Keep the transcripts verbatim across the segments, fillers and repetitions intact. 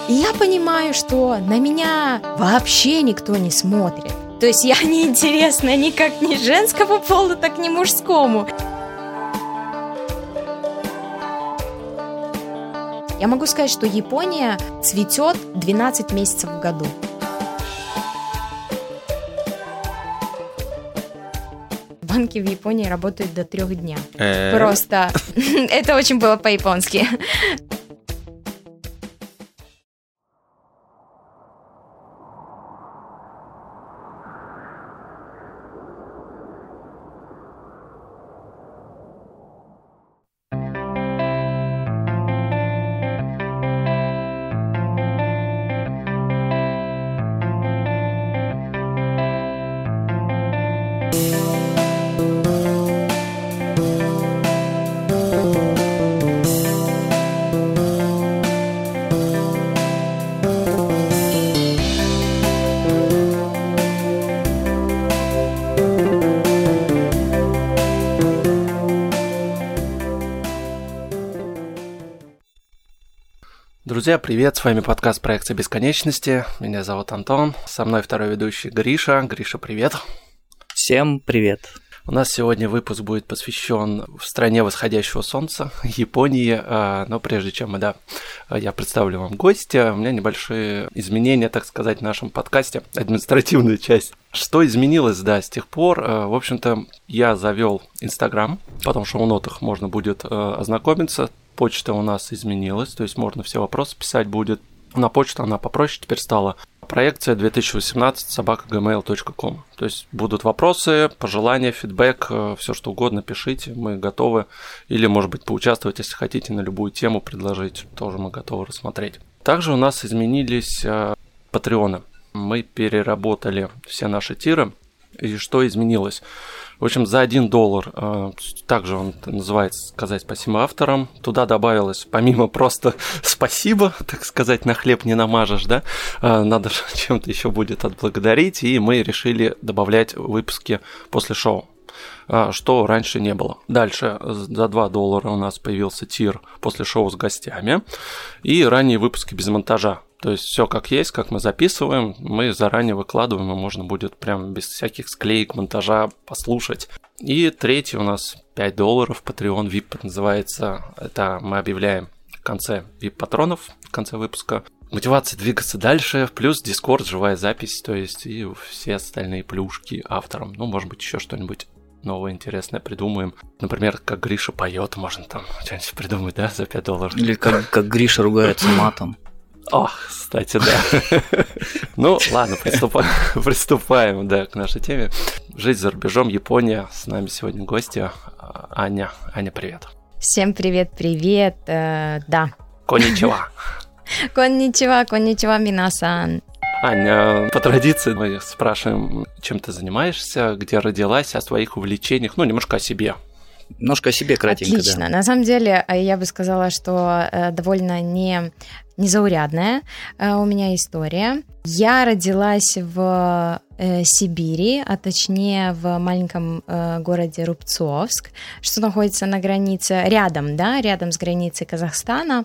И я понимаю, что на меня вообще никто не смотрит. То есть я неинтересна ни как ни женскому полу, так ни мужскому. Я могу сказать, что Япония цветет двенадцать месяцев в году. Банки в Японии работают до трех дня. Просто это очень было по-японски. Друзья, привет, с вами подкаст «Проекция бесконечности». Меня зовут Антон, со мной второй ведущий Гриша. Гриша, привет. Всем привет. У нас сегодня выпуск будет посвящен стране восходящего солнца, Японии. Но прежде чем да, я представлю вам гостя, у меня небольшие изменения, так сказать, в нашем подкасте, административная часть. Что изменилось, да, с тех пор? В общем-то, я завел Инстаграм, потом в шоу-нотах можно будет ознакомиться. Почта у нас изменилась, то есть можно все вопросы писать будет. На почту она попроще теперь стала. Проекция две тысячи восемнадцать собака джи мейл точка ком. То есть будут вопросы, пожелания, фидбэк, все что угодно пишите, мы готовы. Или, может быть, поучаствовать, если хотите, на любую тему предложить, тоже мы готовы рассмотреть. Также у нас изменились патреоны. Мы переработали все наши тиры. И что изменилось? В общем, за один доллар, э, также он называется «Сказать спасибо авторам», туда добавилось, помимо просто «спасибо», так сказать, на хлеб не намажешь, да, э, надо чем-то еще будет отблагодарить, и мы решили добавлять выпуски после шоу, э, что раньше не было. Дальше за два доллара у нас появился тир после шоу с гостями и ранние выпуски без монтажа. То есть все как есть, как мы записываем, мы заранее выкладываем, и можно будет прям без всяких склеек, монтажа послушать. И третий у нас пять долларов, Patreon ви ай пи называется. Это мы объявляем в конце ви ай пи-патронов, в конце выпуска. Мотивация двигаться дальше, плюс Discord, живая запись, то есть и все остальные плюшки авторам. Ну, может быть, еще что-нибудь новое, интересное придумаем. Например, как Гриша поет, можно там что-нибудь придумать, да, за пять долларов. Или как, как Гриша ругается матом. Ох, кстати, да. Ну, ладно, приступаем, приступаем, да, к нашей теме. Жизнь за рубежом, Япония. С нами сегодня гостья Аня. Аня, привет. Всем привет-привет, э, да. Конничева. Конничева, конничева, минасан. Аня, по традиции мы спрашиваем, чем ты занимаешься, где родилась, о своих увлечениях, ну, немножко о себе. Немножко о себе кратенько, Отлично. Да. На самом деле, я бы сказала, что э, довольно не, незаурядная э, у меня история. Я родилась в э, Сибири, а точнее в маленьком э, городе Рубцовск, что находится на границе, рядом, да, рядом с границей Казахстана.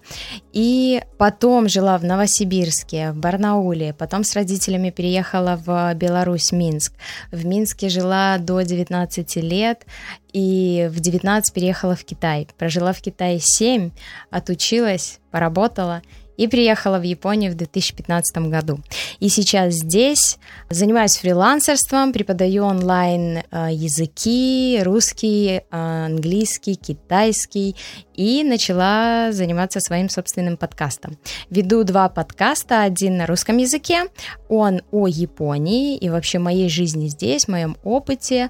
И потом жила в Новосибирске, в Барнауле, потом с родителями переехала в Беларусь, Минск. В Минске жила до девятнадцати лет, и в девятнадцать переехала в Китай. Прожила в Китае семь, отучилась, поработала и приехала в Японию в две тысячи пятнадцатом году. И сейчас здесь занимаюсь фрилансерством, преподаю онлайн языки, русский, английский, китайский, и начала заниматься своим собственным подкастом. Веду два подкаста, один на русском языке, он о Японии и вообще моей жизни здесь, моем опыте,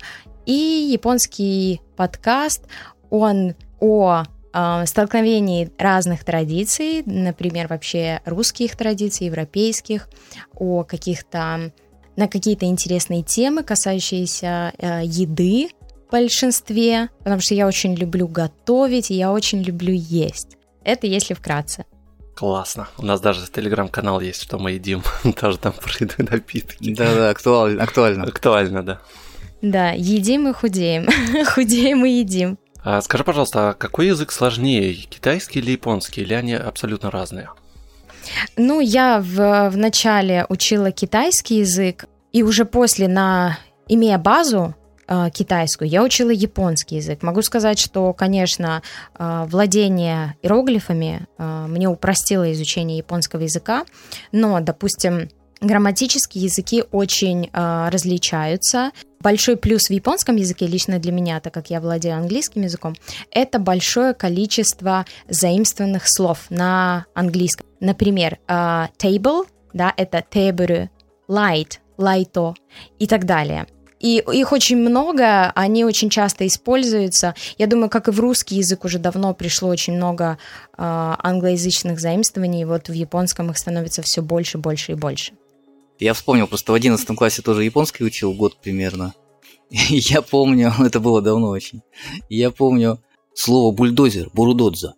и японский подкаст, он о столкновении разных традиций, например, вообще русских традиций, европейских, о каких-то, на какие-то интересные темы, касающиеся э, еды в большинстве, потому что я очень люблю готовить, и я очень люблю есть. Это если вкратце. Классно. У нас даже телеграм-канал есть, что мы едим. Тоже там про еду и напитки. Да-да, актуально. Актуально, актуально, да. Да, едим и худеем. Худеем и едим. А скажи, пожалуйста, а какой язык сложнее, китайский или японский, или они абсолютно разные? Ну, я в, в начале учила китайский язык, и уже после, на, имея базу э, китайскую, я учила японский язык. Могу сказать, что, конечно, э, владение иероглифами э, мне упростило изучение японского языка, но, допустим, грамматические языки очень э, различаются. Большой плюс в японском языке, лично для меня, так как я владею английским языком, это большое количество заимствованных слов на английском. Например, uh, table, да, это table, light, lighto и так далее. И их очень много, они очень часто используются. Я думаю, как и в русский язык уже давно пришло очень много uh, англоязычных заимствований, и вот в японском их становится все больше, больше и больше. Я вспомнил, просто в одиннадцатом классе тоже японский учил, год примерно. И я помню, это было давно очень, я помню слово бульдозер, бурудодза.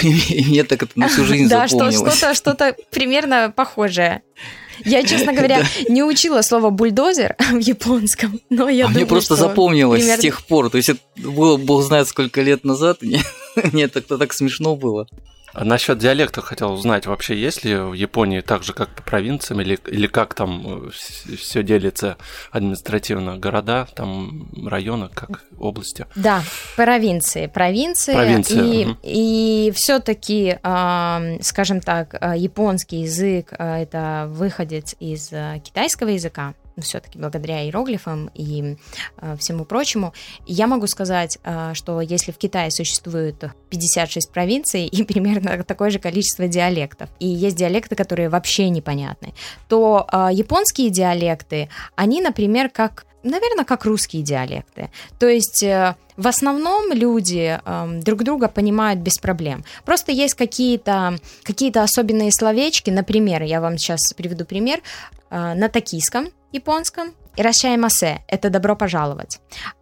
И мне так это на всю жизнь да, запомнилось. Да, что, что-то примерно похожее. Я, честно говоря, не учила слово бульдозер в японском, но я а думаю, мне просто что запомнилось примерно... с тех пор. То есть это было, бог знает, сколько лет назад. Мне так-то так смешно было. А насчет диалекта хотел узнать, вообще есть ли в Японии так же, как по провинциям, или, или как там все делится административно? Города, там районы, как области? Да, провинции. Провинции. Провинция. И, Угу. и все-таки, э, скажем так, японский язык э, это выходец из э, китайского языка. Все-таки благодаря иероглифам и э, всему прочему. Я могу сказать, э, что если в Китае существует пятьдесят шесть провинций и примерно такое же количество диалектов, и есть диалекты, которые вообще непонятны, то э, японские диалекты, они, например, как, наверное, как русские диалекты. То есть э, в основном люди э, друг друга понимают без проблем. Просто есть какие-то, какие-то особенные словечки. Например, я вам сейчас приведу пример. Э, на токийском японском «ирашаимасе» — это «добро пожаловать».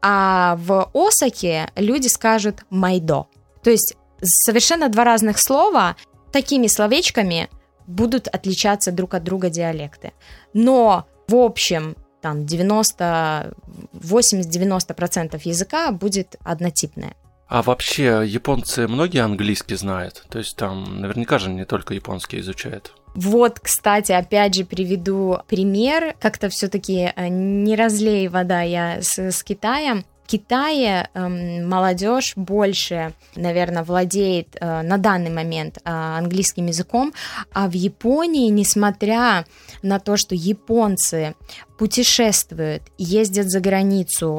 А в Осаке люди скажут «майдо». То есть совершенно два разных слова такими словечками будут отличаться друг от друга диалекты. Но в общем там девяносто, восемьдесят-девяносто процентов языка будет однотипное. А вообще японцы многие английский знают? То есть там наверняка же не только японский изучают. Вот, кстати, опять же приведу пример. Как-то все-таки не разлей вода я с, с Китаем. В Китае эм, молодежь больше, наверное, владеет э, на данный момент э, английским языком, а в Японии, несмотря на то, что японцы путешествуют, ездят за границу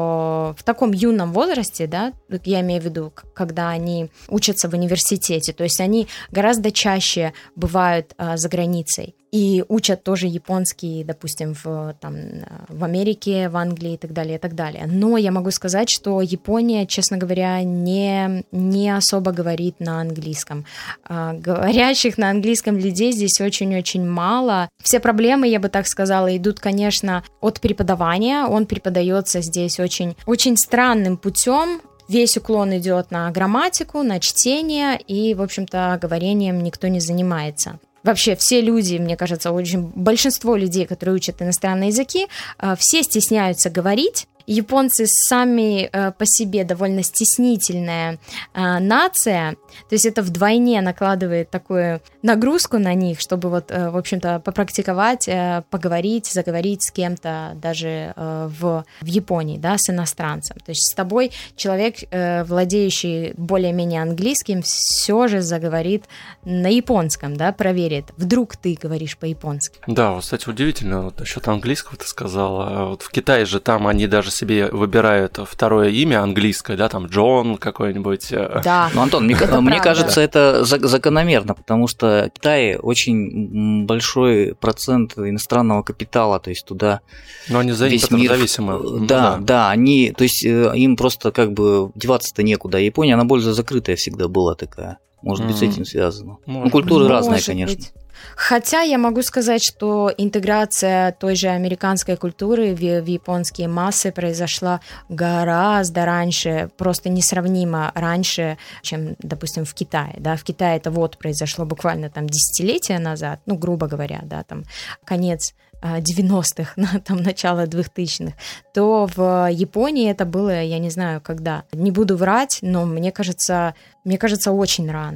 в, в таком юном возрасте, да, я имею в виду, когда они учатся в университете, то есть они гораздо чаще бывают а, за границей и учат тоже японский, допустим, в, там, в Америке, в Англии и так далее, и так далее. Но я могу сказать, что Япония, честно говоря, не, не особо говорит на английском. А, говорящих на английском людей здесь очень-очень мало. Все проблемы, я бы так сказала, идут, конечно, Конечно, от преподавания. Он преподается здесь очень, очень странным путем. Весь уклон идет на грамматику, на чтение, и, в общем-то, говорением никто не занимается. Вообще все люди, мне кажется, очень большинство людей, которые учат иностранные языки, все стесняются говорить. Японцы сами э, по себе довольно стеснительная э, нация, то есть это вдвойне накладывает такую нагрузку на них, чтобы вот, э, в общем-то, попрактиковать, э, поговорить, заговорить с кем-то даже э, в, в Японии, да, с иностранцем. То есть с тобой человек, э, владеющий более-менее английским, все же заговорит на японском, да, проверит. Вдруг ты говоришь по-японски. Да, вот, кстати, удивительно, вот насчет английского ты сказала. Вот в Китае же там они даже себе выбирают второе имя английское, да, там Джон какой-нибудь. Да. Ну, Антон, мне, это мне правда. кажется, это закономерно, потому что в Китае очень большой процент иностранного капитала, то есть туда Но они весь мир... зависимы. Да, ну, да, да, они, то есть им просто как бы деваться-то некуда. Япония, она больше закрытая всегда была такая. Может быть, mm. с этим связано. Может ну, культуры быть. разные, Может конечно. быть. Хотя я могу сказать, что интеграция той же американской культуры в, в японские массы произошла гораздо раньше, просто несравнимо раньше, чем, допустим, в Китае. Да? В Китае это вот произошло буквально там десятилетия назад, ну, грубо говоря, да, там конец девяностых, там, начало двухтысячных, то в Японии это было, я не знаю, когда. Не буду врать, но мне кажется, мне кажется, очень рано.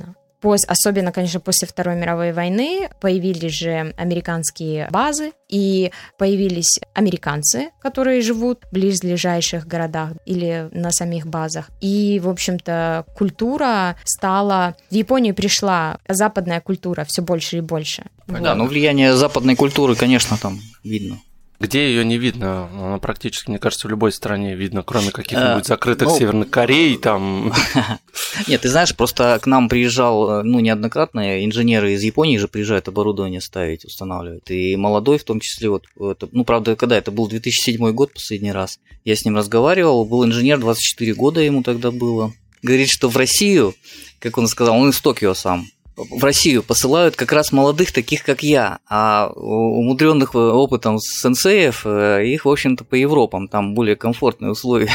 Пос, особенно, конечно, после Второй мировой войны появились же американские базы, и появились американцы, которые живут в близлежащих городах или на самих базах. И, в общем-то, культура стала... В Японию пришла западная культура все больше и больше. Да, вот. Но влияние западной культуры, конечно, там видно. Где ее не видно? Она практически, мне кажется, в любой стране видно, кроме каких-нибудь закрытых ну... Северных Корей. Там... Нет, ты знаешь, просто к нам приезжал, ну, неоднократно, инженеры из Японии же приезжают оборудование ставить, устанавливать. И молодой, в том числе, вот, это, ну, правда, когда это был две тысячи седьмой год последний раз, я с ним разговаривал, был инженер, двадцать четыре года ему тогда было. Говорит, что в Россию, как он сказал, он из Токио сам, в Россию посылают как раз молодых, таких как я, а умудренных опытом сенсеев, их, в общем-то, по Европам, там более комфортные условия.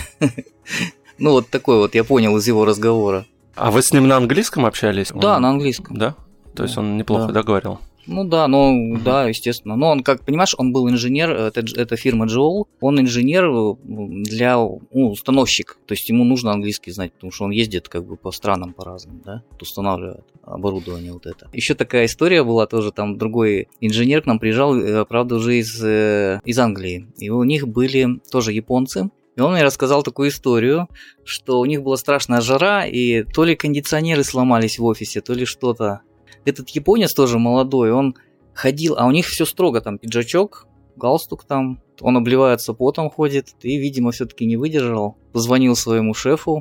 Ну, вот такой вот я понял из его разговора. А вы с ним на английском общались? Да, он... на английском. Да? То есть он неплохо, да, да говорил? Ну да, ну угу. да, естественно. Но он, как понимаешь, он был инженер, это, это фирма Джоул, он инженер для, ну, установщик, то есть ему нужно английский знать, потому что он ездит как бы по странам по разным, да, устанавливает оборудование вот это. Еще такая история была тоже, там другой инженер к нам приезжал, правда, уже из, из Англии, и у них были тоже японцы. И он мне рассказал такую историю, что у них была страшная жара, и то ли кондиционеры сломались в офисе, то ли что-то. Этот японец тоже молодой, он ходил, а у них все строго, там пиджачок, галстук там, он обливается потом, ходит, и, видимо, все-таки не выдержал. Позвонил своему шефу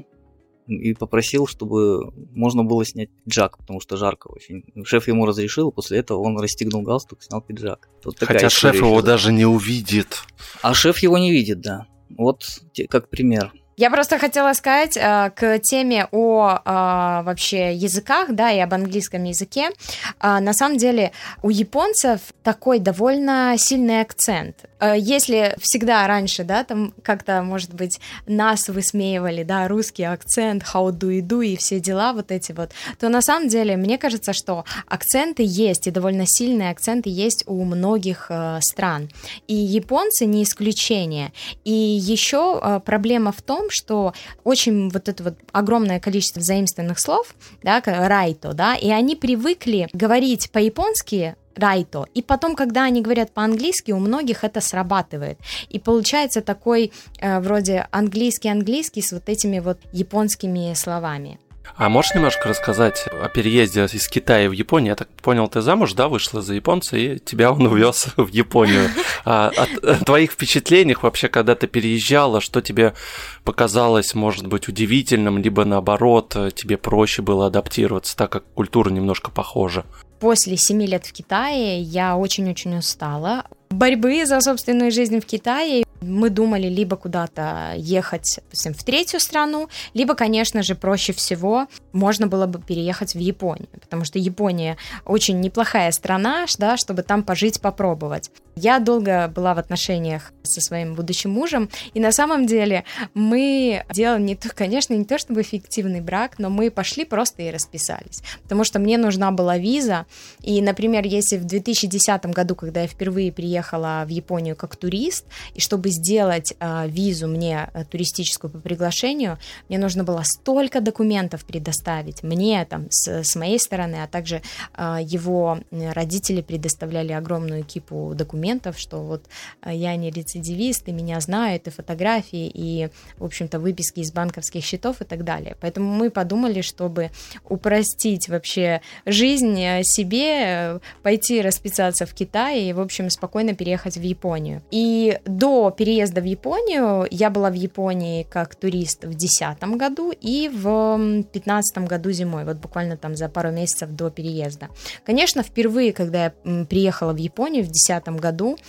и попросил, чтобы можно было снять пиджак, потому что жарко очень. Шеф ему разрешил, после этого он расстегнул галстук, снял пиджак. Вот хотя шеф его даже не увидит. А шеф его не видит, да. Вот как пример. Я просто хотела сказать э, к теме о э, вообще языках, да, и об английском языке. Э, на самом деле у японцев такой довольно сильный акцент. Э, если всегда раньше, да, там как-то, может быть, нас высмеивали, да, русский акцент, how do you do и все дела вот эти вот, то на самом деле мне кажется, что акценты есть, и довольно сильные акценты есть у многих э, стран. И японцы не исключение. И еще э, проблема в том, что очень вот это вот огромное количество заимствованных слов, да, райто, да, и они привыкли говорить по-японски райто, и потом, когда они говорят по-английски, у многих это срабатывает, и получается такой э, вроде английский-английский с вот этими вот японскими словами. А можешь немножко рассказать о переезде из Китая в Японию? Я так понял, ты замуж, да, вышла за японца, и тебя он увез в Японию. А, о, о твоих впечатлениях вообще, когда ты переезжала, что тебе показалось, может быть, удивительным, либо наоборот, тебе проще было адаптироваться, так как культура немножко похожа? После семи лет в Китае я очень-очень устала. Борьбы за собственную жизнь в Китае. Мы думали либо куда-то ехать, допустим, в третью страну, либо, конечно же, проще всего можно было бы переехать в Японию, потому что Япония очень неплохая страна, да, чтобы там пожить, попробовать. Я долго была в отношениях со своим будущим мужем, и на самом деле мы делали, не то, конечно, не то чтобы фиктивный брак, но мы пошли просто и расписались, потому что мне нужна была виза, и, например, если в две тысячи десятом году, когда я впервые приехала в Японию как турист, и чтобы сделать э, визу мне э, туристическую по приглашению, мне нужно было столько документов предоставить мне, там, с, с моей стороны, а также э, его родители предоставляли огромную кипу документов, что вот э, я не рецидивист, и меня знают, и фотографии, и, в общем-то, выписки из банковских счетов и так далее. Поэтому мы подумали, чтобы упростить вообще жизнь себе, пойти расписаться в Китае и, в общем, спокойно переехать в Японию. И до переезда в Японию я была в Японии как турист в две тысячи десятом году и в две тысячи пятнадцатом году зимой, вот буквально там за пару месяцев до переезда. Конечно, впервые, когда я приехала в Японию в две тысячи десятом году,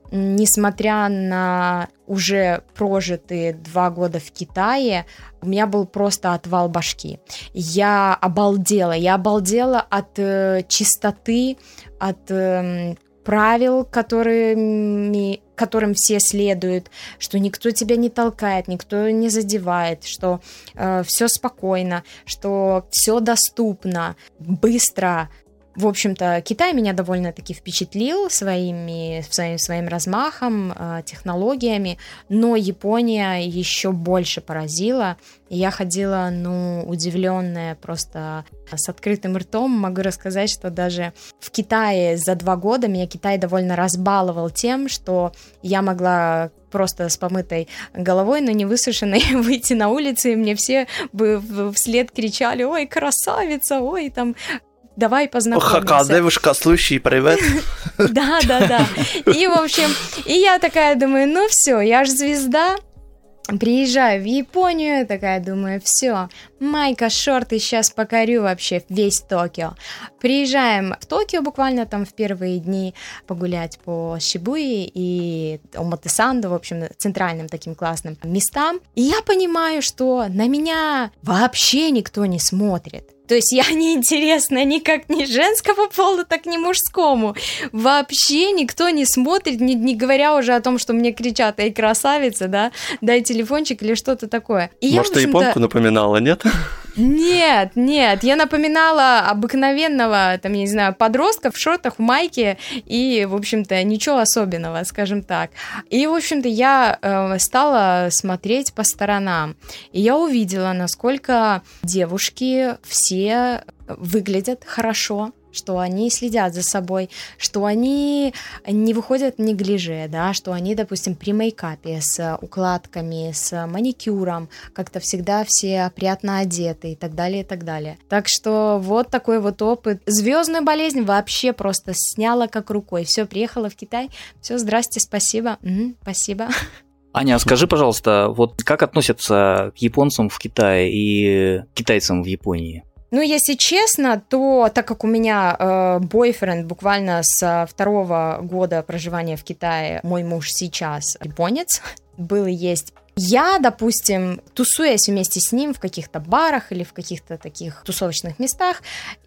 несмотря на уже прожитые два года в Китае, у меня был просто отвал башки. Я обалдела, я обалдела от э, чистоты, от э, правил, которыми, которым все следуют, что никто тебя не толкает, никто не задевает, что э, все спокойно, что все доступно, быстро. В общем-то, Китай меня довольно-таки впечатлил своими, своим, своим размахом, технологиями, но Япония еще больше поразила. Я ходила, ну, удивленная, просто с открытым ртом. Могу рассказать, что даже в Китае за два года меня Китай довольно разбаловал тем, что я могла просто с помытой головой, но не высушенной, выйти на улицу, и мне все бы вслед кричали: «Ой, красавица! Ой, там... давай познакомимся». Какая девушка, слушай, привет. Да, да, да. И, в общем, и я такая думаю, ну все, я ж звезда. Приезжаю в Японию, такая думаю, все, майка, шорты, сейчас покорю вообще весь Токио. Приезжаем в Токио буквально там в первые дни погулять по Шибуи и Омотесанду, в общем, центральным таким классным местам. И я понимаю, что на меня вообще никто не смотрит. То есть я неинтересна ни как ни женскому полу, так ни мужскому. Вообще никто не смотрит, не, не говоря уже о том, что мне кричат: «Эй, красавица, да, дай телефончик» или что-то такое. И Может, я, ты японку напоминала, нет? Нет, нет, я напоминала обыкновенного, там, я не знаю, подростка в шортах, в майке, и, в общем-то, ничего особенного, скажем так. И, в общем-то, я э, стала смотреть по сторонам, и я увидела, насколько девушки все выглядят хорошо, что они следят за собой, что они не выходят в неглиже, да, что они, допустим, при мейкапе, с укладками, с маникюром, как-то всегда все опрятно одеты и так далее, и так далее. Так что вот такой вот опыт. Звездную болезнь вообще просто сняла как рукой. Все, приехала в Китай, все, здрасте, спасибо, угу, спасибо. Аня, скажи, пожалуйста, вот как относятся к японцам в Китае и китайцам в Японии? Ну, если честно, то так как у меня э, бойфренд буквально с второго года проживания в Китае, мой муж сейчас японец, был и есть. Я, допустим, тусуясь вместе с ним в каких-то барах или в каких-то таких тусовочных местах,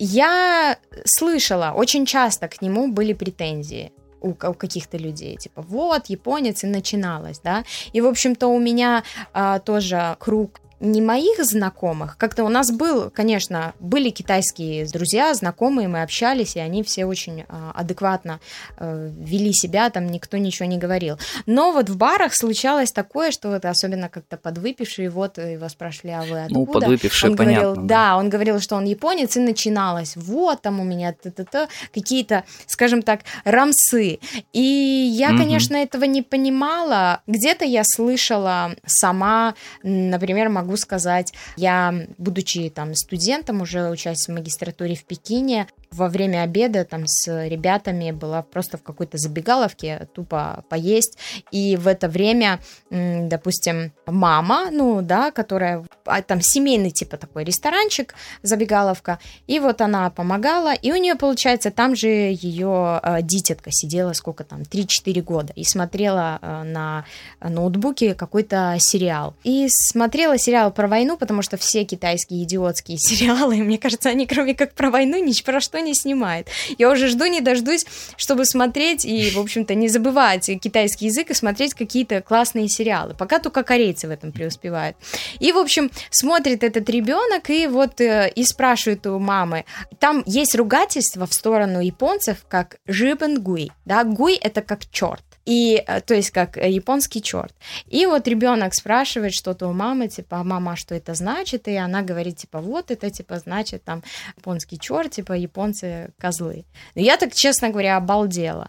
я слышала, очень часто к нему были претензии у, у каких-то людей, типа, вот, японец, и начиналось, да. И, в общем-то, у меня э, тоже круг не моих знакомых, как-то у нас был, конечно, были китайские друзья, знакомые, мы общались, и они все очень а, адекватно а, вели себя, там никто ничего не говорил. Но вот в барах случалось такое, что вот особенно как-то подвыпившие, вот его спрашивали: «А вы откуда?» Ну, подвыпившие, он понятно. Говорил, да. да, он говорил, что он японец, и начиналось, вот там у меня т-т-т, какие-то, скажем так, рамсы. И я, угу. конечно, этого не понимала. Где-то я слышала сама, например, могу сказать, я, будучи там студентом, уже учась в магистратуре в Пекине, во время обеда там с ребятами была просто в какой-то забегаловке тупо поесть, и в это время, допустим, мама, ну да, которая, там семейный типа такой ресторанчик, забегаловка, и вот она помогала, и у нее, получается, там же ее дитятка сидела, сколько там, три-четыре года, и смотрела на ноутбуке какой-то сериал, и смотрела сериал про войну, потому что все китайские идиотские сериалы, мне кажется, они кроме как про войну ни про что не снимает. Я уже жду не дождусь, чтобы смотреть и, в общем-то, не забывать китайский язык и смотреть какие-то классные сериалы. Пока только корейцы в этом преуспевают. И, в общем, смотрит этот ребенок и вот э, и спрашивает у мамы. Там есть ругательство в сторону японцев, как жибен гуй. Да, гуй — это как черт. И, то есть, как японский черт. И вот ребенок спрашивает что-то у мамы, типа: «А мама, что это значит?» И она говорит, типа: «Вот это, типа, значит, там, японский черт, типа, японцы козлы». Но я так, честно говоря, обалдела.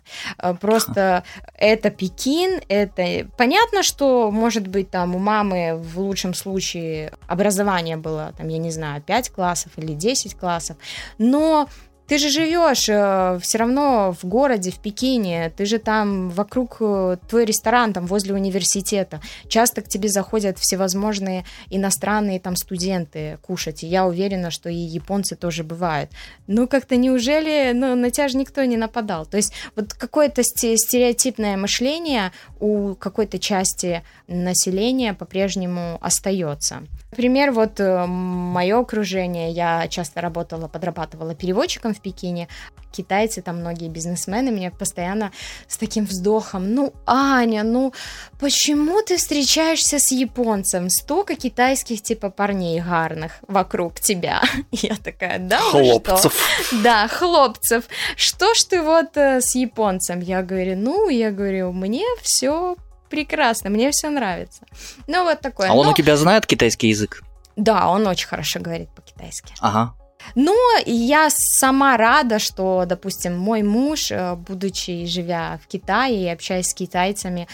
Просто это Пекин, это... Понятно, что, может быть, там, у мамы в лучшем случае образование было, там, я не знаю, пять классов или десять классов, но... Ты же живешь э, все равно в городе, в Пекине, ты же там вокруг, э, твой ресторан там возле университета. Часто к тебе заходят всевозможные иностранные там студенты кушать, и я уверена, что и японцы тоже бывают. Ну, как-то неужели, ну, на тебя же никто не нападал? То есть вот какое-то стереотипное мышление у какой-то части населения по-прежнему остается. Например, вот мое окружение, я часто работала, подрабатывала переводчиком в Пекине. Китайцы, там многие бизнесмены меня постоянно с таким вздохом: ну, Аня, ну почему ты встречаешься с японцем? Столько китайских типа парней гарных вокруг тебя. Я такая: да, хлопцев. Что? Да, хлопцев. Что ж ты вот с японцем? Я говорю, ну, я говорю, мне все прекрасно, мне все нравится. Ну, вот такое. А он Но... у тебя знает китайский язык? Да, он очень хорошо говорит по-китайски. Ага. Но я сама рада, что, допустим, мой муж, будучи, живя в Китае и общаясь с китайцами,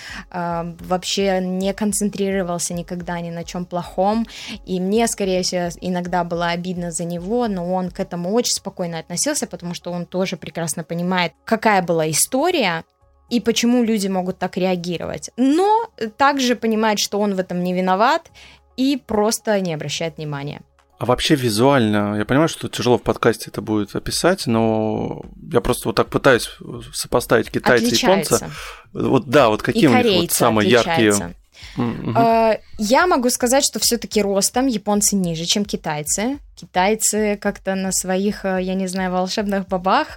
вообще не концентрировался никогда ни на чем плохом, и мне, скорее всего, иногда было обидно за него, но он к этому очень спокойно относился, потому что он тоже прекрасно понимает, какая была история, и почему люди могут так реагировать. Но также понимает, что он в этом не виноват, и просто не обращает внимания. А вообще визуально, я понимаю, что тяжело в подкасте это будет описать, но я просто вот так пытаюсь сопоставить китайца и японца. Вот да, вот какие у них вот самые яркие... Mm-hmm. Я могу сказать, что все-таки ростом японцы ниже, чем китайцы. Китайцы как-то на своих, я не знаю, волшебных бобах,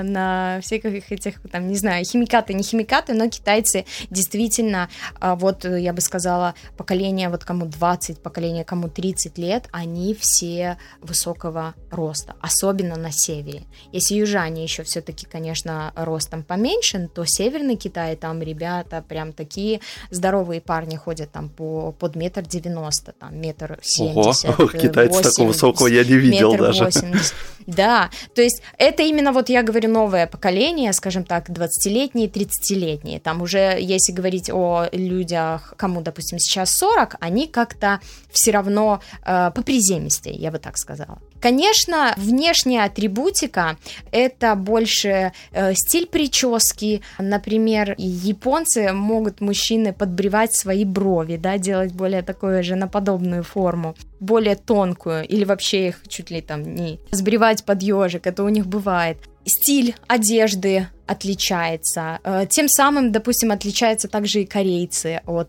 на всех этих, там, не знаю, химикаты, не химикаты, но китайцы действительно, вот я бы сказала, поколение, вот кому двадцать, поколение кому тридцать лет, они все высокого роста, особенно на севере. Если южане еще все-таки, конечно, ростом поменьше, то северный Китай, там ребята прям такие здоровые парни ходят там по, под метр девяносто, там метр семьдесят. Ого, китайцы такого высокого я не видел даже. восемьдесят. Да, то есть это именно вот я говорю новое поколение, скажем так, двадцатилетние, тридцатилетние. Там уже, если говорить о людях, кому, допустим, сейчас сорок, они как-то все равно э, поприземистее, я бы так сказала. Конечно, внешняя атрибутика – это больше э, стиль прически. Например, японцы могут, мужчины, подбривать свои брови, да, делать более такую женоподобную форму, более тонкую, или вообще их чуть ли там не сбривать под ежик, это у них бывает. Стиль одежды отличается. Тем самым, допустим, отличаются также и корейцы от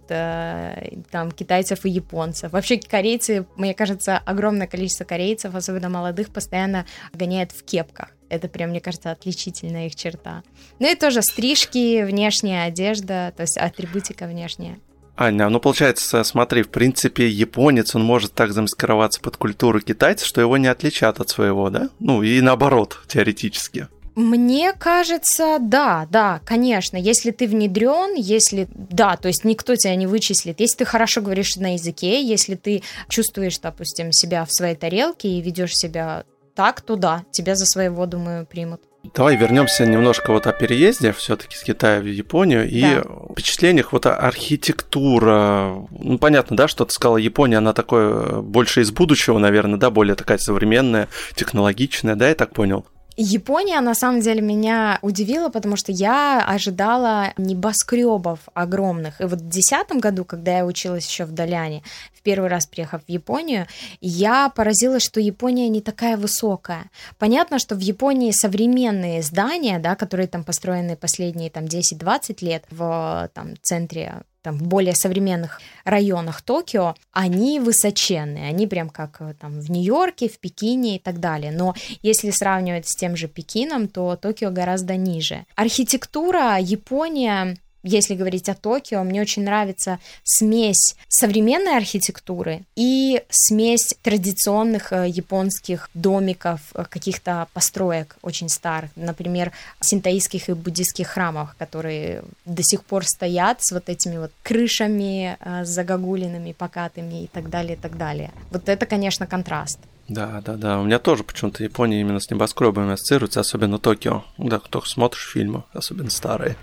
там, китайцев и японцев. Вообще корейцы, мне кажется, огромное количество корейцев, особенно молодых, постоянно гоняют в кепках. Это прям, мне кажется, отличительная их черта. Ну и тоже стрижки, внешняя одежда, то есть атрибутика внешняя. Аня, ну получается, смотри, в принципе, японец, он может так замаскироваться под культуру китайца, что его не отличат от своего, да? Ну и наоборот, теоретически. Мне кажется, да, да, конечно. Если ты внедрен, если, да, то есть никто тебя не вычислит. Если ты хорошо говоришь на языке, если ты чувствуешь, допустим, себя в своей тарелке и ведешь себя так, то да, тебя за своего, думаю, примут. Давай вернемся немножко вот о переезде все-таки с Китая в Японию и да. впечатлениях. Вот архитектура. Ну, понятно, да, что ты сказала, Япония, она такое больше из будущего, наверное, да, более такая современная, технологичная, да, я так понял? Япония, на самом деле, меня удивила, потому что я ожидала небоскребов огромных. И вот в две тысячи десятом году, когда я училась еще в Даляне, в первый раз приехав в Японию, я поразилась, что Япония не такая высокая. Понятно, что в Японии современные здания, да, которые там построены последние там, десять-двадцать лет в там, центре, там, в более современных районах Токио, они высоченные, они прям как там в Нью-Йорке, в Пекине и так далее. Но если сравнивать с тем же Пекином, то Токио гораздо ниже. Архитектура, Япония, если говорить о Токио, мне очень нравится смесь современной архитектуры и смесь традиционных японских домиков, каких-то построек очень старых, например, синтоистских и буддийских храмов, которые до сих пор стоят с вот этими вот крышами загогулинами, покатыми и так далее, и так далее. Вот это, конечно, контраст. Да, да, да. У меня тоже почему-то Япония именно с небоскребами ассоциируется, особенно Токио. Да, только смотришь фильмы, особенно старые.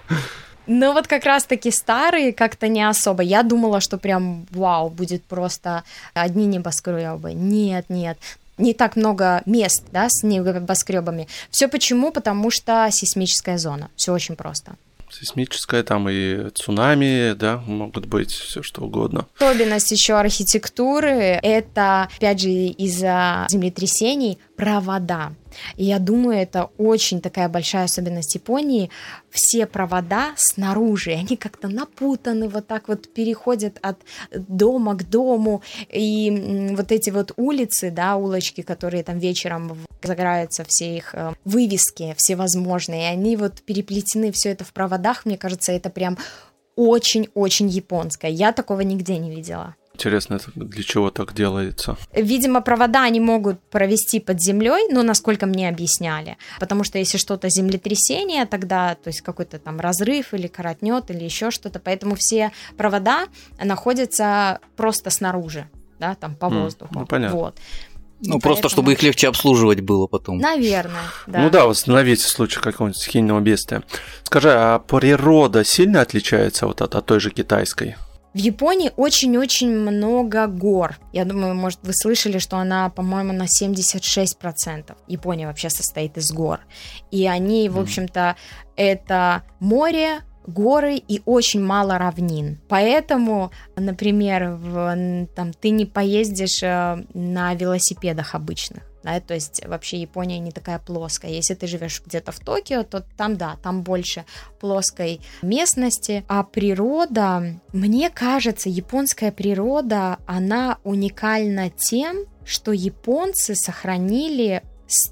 Ну вот как раз-таки старые как-то не особо. Я думала, что прям вау, будет просто одни небоскребы. Нет, нет. Не так много мест, да, с небоскребами. Все почему? Потому что сейсмическая зона. Все очень просто. Сейсмическая, там и цунами, да, могут быть все что угодно. Особенность еще архитектуры – это, опять же, из-за землетрясений провода. И я думаю, это очень такая большая особенность Японии. Все провода снаружи, они как-то напутаны, вот так вот переходят от дома к дому. И вот эти вот улицы, да, улочки, которые там вечером загораются, все их вывески всевозможные, они вот переплетены, все это в проводах, мне кажется, это прям очень-очень японское. Я такого нигде не видела. Интересно, это для чего так делается? Видимо, провода они могут провести под землей, но насколько мне объясняли. Потому что если что-то землетрясение, тогда, то есть какой-то там разрыв или коротнет, или еще что-то. Поэтому все провода находятся просто снаружи, да, там по воздуху. Mm, ну, понятно. Вот. Ну, поэтому... просто чтобы их легче обслуживать было потом. Наверное, да. Ну да, восстановить в случае какого-нибудь стихийного бедствия. Скажи, а природа сильно отличается вот от, от той же китайской? В Японии очень-очень много гор. Я думаю, может, вы слышали, что она, по-моему, на семьдесят шесть процентов. Япония вообще состоит из гор. И они, в общем-то, это море, горы и очень мало равнин. Поэтому, например, в, там, ты не поездишь на велосипедах обычных. Да, то есть вообще Япония не такая плоская. Если ты живешь где-то в Токио, то там, да, там больше плоской местности. А природа, мне кажется, японская природа, она уникальна тем, что японцы сохранили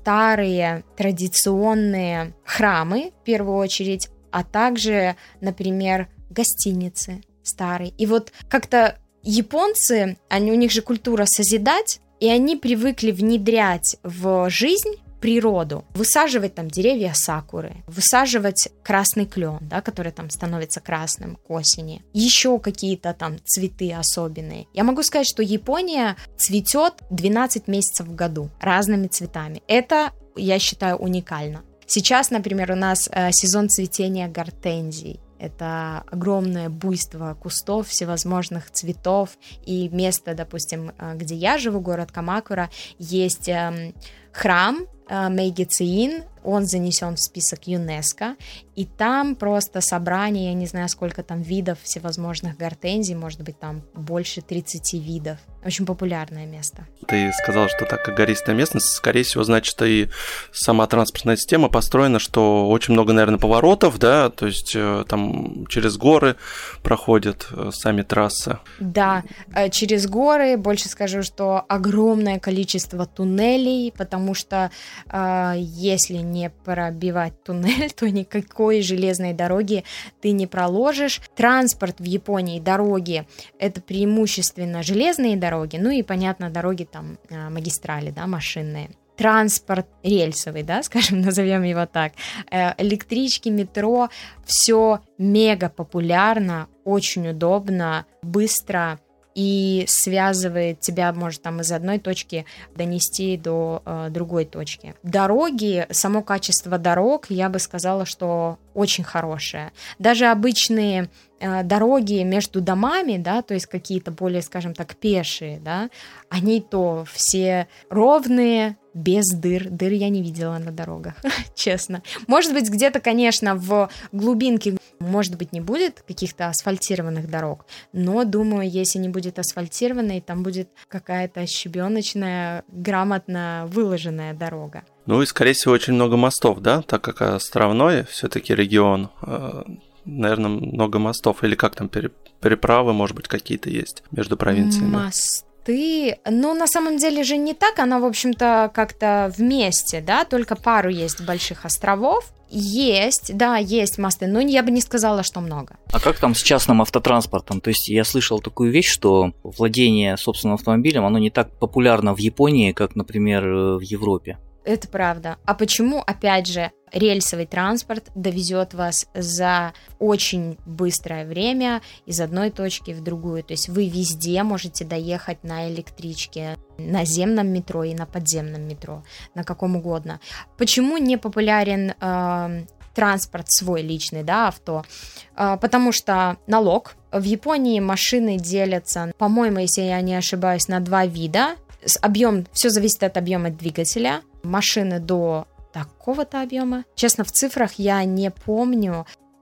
старые традиционные храмы, в первую очередь, а также, например, гостиницы старые. И вот как-то японцы, они, у них же культура созидать, и они привыкли внедрять в жизнь природу, высаживать там деревья сакуры, высаживать красный клен, да, который там становится красным к осени, еще какие-то там цветы особенные. Я могу сказать, что Япония цветет двенадцать месяцев в году разными цветами. Это, я считаю, уникально. Сейчас, например, у нас э, сезон цветения гортензий. Это огромное буйство кустов, всевозможных цветов. И место, допустим, где я живу, город Камакура, есть э, храм э, Мэйги-Цзиин, он занесен в список ЮНЕСКО, и там просто собрание, я не знаю, сколько там видов всевозможных гортензий, может быть, там больше тридцать видов. Очень популярное место. Ты сказал, что так как гористая местность, скорее всего, значит, и сама транспортная система построена, что очень много, наверное, поворотов, да, то есть там через горы проходят сами трассы. Да, через горы, больше скажу, что огромное количество туннелей, потому что э, если не пробивать туннель, то никакой железной дороги ты не проложишь. Транспорт в Японии, дороги, это преимущественно железные дороги, ну и, понятно, дороги там, магистрали, да, машинные. Транспорт рельсовый, да, скажем, назовем его так. Электрички, метро, все мега популярно, очень удобно, быстро и связывает тебя, может, там из одной точки донести до э, другой точки. Дороги, само качество дорог, я бы сказала, что очень хорошее. Даже обычные э, дороги между домами, да, то есть какие-то более, скажем так, пешие, да, они то все ровные, без дыр. Дыр я не видела на дорогах, честно. Может быть, где-то, конечно, в глубинке, может быть, не будет каких-то асфальтированных дорог, но, думаю, если не будет асфальтированной, там будет какая-то щебеночная, грамотно выложенная дорога. Ну и, скорее всего, очень много мостов, да, так как островной все-таки регион, наверное, много мостов, или как там, переправы, может быть, какие-то есть между провинциями? Мост. Ты, ну, на самом деле же не так, она, в общем-то, как-то вместе, да, только пару есть больших островов. Есть, да, есть мосты, но я бы не сказала, что много. А как там с частным автотранспортом? То есть я слышал такую вещь, что владение собственным автомобилем, оно не так популярно в Японии, как, например, в Европе. Это правда. А почему, опять же, рельсовый транспорт довезет вас за очень быстрое время из одной точки в другую? То есть вы везде можете доехать на электричке, на наземном метро и на подземном метро, на каком угодно. Почему не популярен э, транспорт свой личный, да, авто? Э, потому что налог. В Японии машины делятся, по-моему, если я не ошибаюсь, на два вида. Объем, все зависит от объема двигателя. Машины до такого-то объема. Честно, в цифрах я не помню.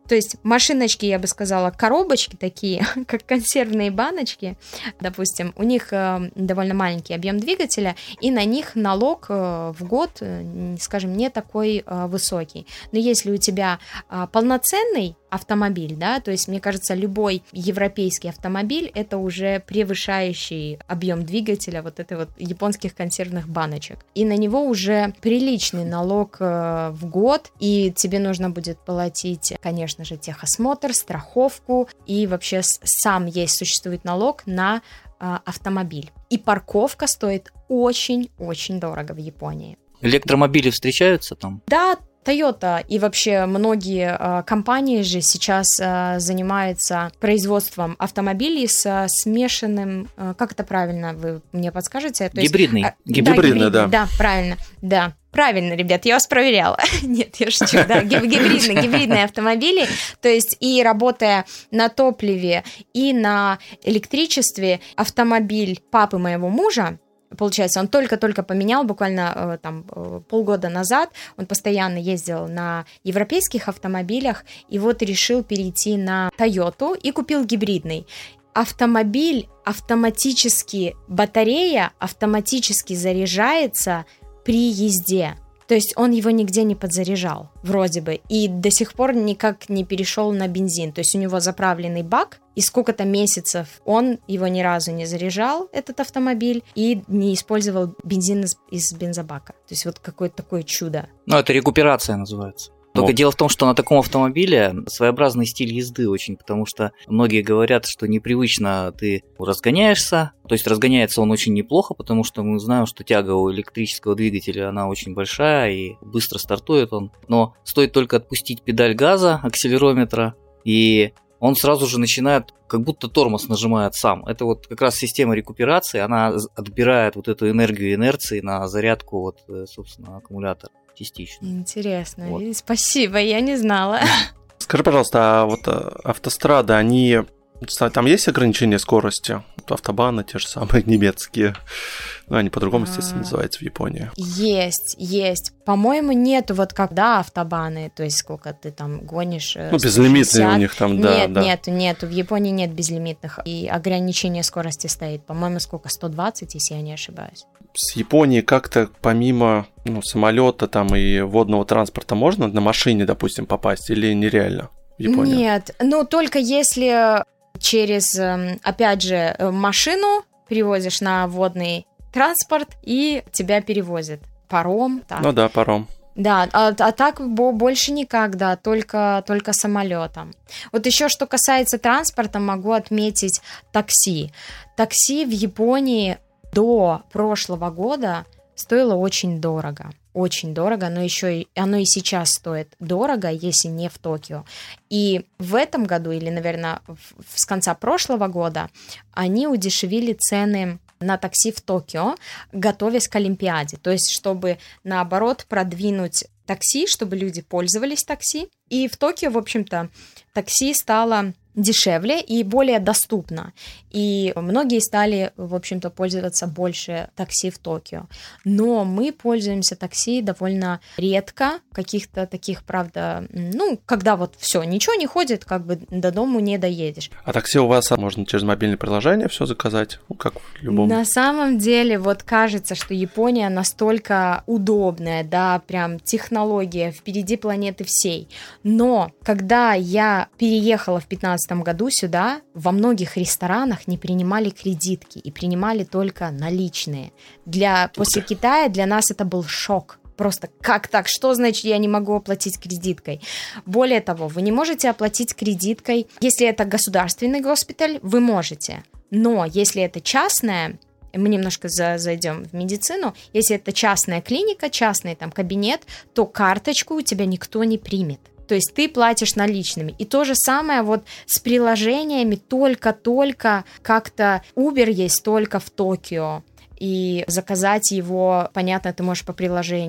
То есть машиночки, я бы сказала, коробочки такие, как консервные баночки, допустим, у них э, довольно маленький объем двигателя, и на них налог э, в год, э, скажем, не такой э, высокий. Но если у тебя э, полноценный автомобиль, да, то есть, мне кажется, любой европейский автомобиль это уже превышающий объем двигателя вот этой вот японских консервных баночек. И на него уже приличный налог э, в год, и тебе нужно будет платить, конечно же, техосмотр, страховку, и вообще сам есть, существует налог на э, автомобиль. И парковка стоит очень-очень дорого в Японии. Электромобили встречаются там? Да, Toyota и вообще многие э, компании же сейчас э, занимаются производством автомобилей с э, смешанным, э, как это правильно, вы мне подскажете? То гибридный. Есть, э, гибридный, да, да. Да, правильно, да. Правильно, ребят, я вас проверяла. Нет, я шучу, да, гибридные, гибридные автомобили, то есть и работая на топливе, и на электричестве, автомобиль папы моего мужа, получается, он только-только поменял, буквально там полгода назад, он постоянно ездил на европейских автомобилях, и вот решил перейти на Toyota и купил гибридный. Автомобиль автоматически, батарея автоматически заряжается при езде. То есть он его нигде не подзаряжал, вроде бы, и до сих пор никак не перешел на бензин. То есть у него заправленный бак, и сколько-то месяцев он его ни разу не заряжал, этот автомобиль, и не использовал бензин из, из бензобака. То есть вот какое-то такое чудо. Ну, это рекуперация называется. Только дело в том, что на таком автомобиле своеобразный стиль езды очень, потому что многие говорят, что непривычно ты разгоняешься, то есть разгоняется он очень неплохо, потому что мы знаем, что тяга у электрического двигателя, она очень большая и быстро стартует он, но стоит только отпустить педаль газа, акселерометра, и он сразу же начинает, как будто тормоз нажимает сам. Это вот как раз система рекуперации, она отбирает вот эту энергию инерции на зарядку, вот, собственно, аккумулятора. Частично. Интересно. Вот. Спасибо, я не знала. Скажи, пожалуйста, а вот автострады, они... Там есть ограничения скорости? Автобаны те же самые немецкие. Ну, они по-другому, естественно, называются в Японии. Есть, есть. По-моему, нету вот когда автобаны, то есть сколько ты там гонишь. Ну, безлимитные у них там, да. Нет, да. нету, нету. В Японии нет безлимитных. И ограничение скорости стоит. По-моему, сколько? сто двадцать, если я не ошибаюсь. С Японией как-то помимо ну, самолета там и водного транспорта можно на машине, допустим, попасть или нереально в Японию? Нет, ну только если через, опять же, машину перевозишь на водный транспорт и тебя перевозят. Паром. Так. Ну да, паром. Да, а, а так больше никак, да, только, только самолетом. Вот еще что касается транспорта, могу отметить такси. Такси в Японии до прошлого года стоило очень дорого. Очень дорого, но еще и, оно и сейчас стоит дорого, если не в Токио. И в этом году, или, наверное, в, с конца прошлого года, они удешевили цены на такси в Токио, готовясь к Олимпиаде. То есть, чтобы, наоборот, продвинуть такси, чтобы люди пользовались такси. И в Токио, в общем-то, такси стало дешевле и более доступно. И многие стали, в общем-то, пользоваться больше такси в Токио. Но мы пользуемся такси довольно редко, каких-то таких, правда, ну, когда вот все, ничего не ходит, как бы до дому не доедешь. А такси у вас можно через мобильное приложение все заказать, ну, как в любом... На самом деле, вот кажется, что Япония настолько удобная, да, прям технология впереди планеты всей. Но когда я переехала в пятнадцатом году сюда, во многих ресторанах не принимали кредитки и принимали только наличные. Для, после Китая для нас это был шок. Просто как так? Что значит я не могу оплатить кредиткой? Более того, вы не можете оплатить кредиткой. Если это государственный госпиталь, вы можете. Но если это частная, мы немножко за, зайдем в медицину, если это частная клиника, частный там кабинет, то карточку у тебя никто не примет. То есть ты платишь наличными. И то же самое вот с приложениями, только-только как-то Uber есть только в Токио. И заказать его, понятно, ты можешь по приложению.